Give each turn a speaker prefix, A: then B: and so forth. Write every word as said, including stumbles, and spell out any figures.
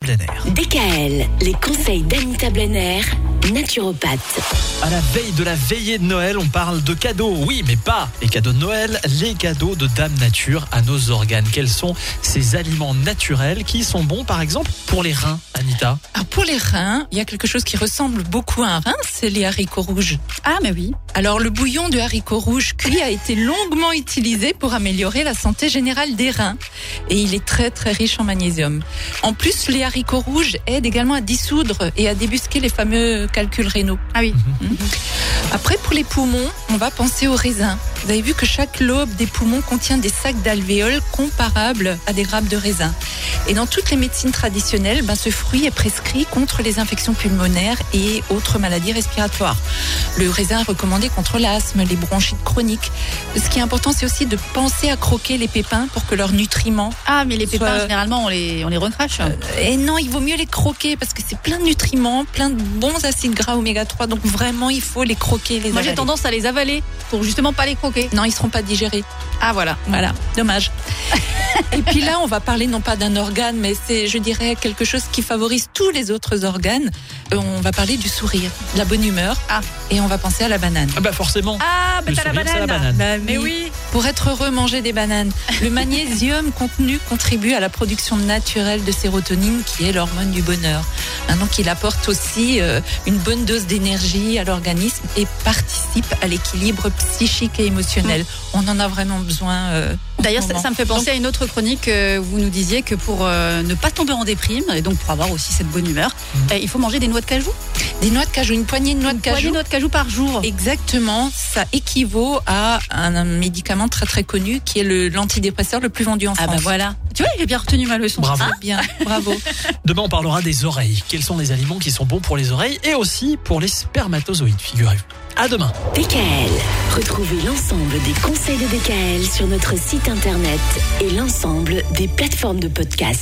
A: Blenner.
B: D K L, les conseils d'Anita Blenner, naturopathe.
A: À la veille de la veillée de Noël, on parle de cadeaux. Oui, mais pas les cadeaux de Noël, les cadeaux de Dame Nature à nos organes. Quels sont ces aliments naturels qui sont bons, par exemple, pour les reins, Anita?
C: Alors pour les reins, il y a quelque chose qui ressemble beaucoup à un rein, c'est les haricots rouges.
D: Ah, mais oui.
C: Alors le bouillon de haricots rouges cuits a été longuement utilisé pour améliorer la santé générale des reins. Et il est très très riche en magnésium. En plus, les haricots rouges aident également à dissoudre et à débusquer les fameux calculs rénaux.
D: Ah oui.
C: Mmh. Après, pour les poumons, on va penser aux raisins. Vous avez vu que chaque lobe des poumons contient des sacs d'alvéoles comparables à des grappes de raisin. Et dans toutes les médecines traditionnelles, ben, ce fruit est prescrit contre les infections pulmonaires et autres maladies respiratoires. Le raisin est recommandé contre l'asthme, les bronchites chroniques. Ce qui est important, c'est aussi de penser à croquer les pépins pour que leurs nutriments...
D: Ah, mais les pépins,
C: Soit-
D: généralement, on les, on les recrache.
C: Et non, il vaut mieux les croquer parce que c'est plein de nutriments, plein de bons acides gras oméga trois. Donc vraiment, il faut les croquer, les
D: Moi, j'ai
C: avaler.
D: tendance à les avaler pour justement pas les croquer.
C: Non, ils seront pas digérés.
D: Ah, voilà.
C: Voilà, dommage. Et puis là, on va parler non pas d'un organe, mais c'est, je dirais, quelque chose qui favorise tous les autres organes. Euh, On va parler du sourire, de la bonne humeur.
D: Ah.
C: Et on va penser à la banane.
A: Ah bah forcément.
D: Ah,
A: Le
D: mais t'as la
A: sourire, c'est
D: banane.
A: la banane.
C: Bah
D: Mais oui.
C: Pour être heureux, manger des bananes. Le magnésium contenu contribue à la production naturelle de sérotonine, qui est l'hormone du bonheur. Hein, donc, il apporte aussi euh, une bonne dose d'énergie à l'organisme et participe à l'équilibre psychique et émotionnel. On en a vraiment besoin. euh, en
D: D'ailleurs,
C: ce
D: ça,
C: moment.
D: ça me fait penser à une autre chronique. euh, Vous nous disiez que pour euh, ne pas tomber en déprime, et donc pour avoir aussi cette bonne humeur, euh, il faut manger des noix de cajou.
C: Des noix de cajou, une poignée de noix de
D: Une poignée
C: cajou.
D: de noix de cajou par jour.
C: Exactement, ça équivaut à un, un médicament très très connu qui est le, l'antidépresseur le plus vendu en
D: Ah
C: France.
D: bah voilà. Tu vois, j'ai bien retenu ma leçon.
A: Bravo.
D: Hein
C: Bien, bravo.
A: Demain, on parlera des oreilles. Quels sont les aliments qui sont bons pour les oreilles et aussi pour les spermatozoïdes, figurez-vous. À demain.
B: D K L. Retrouvez l'ensemble des conseils de D K L sur notre site internet et l'ensemble des plateformes de podcast.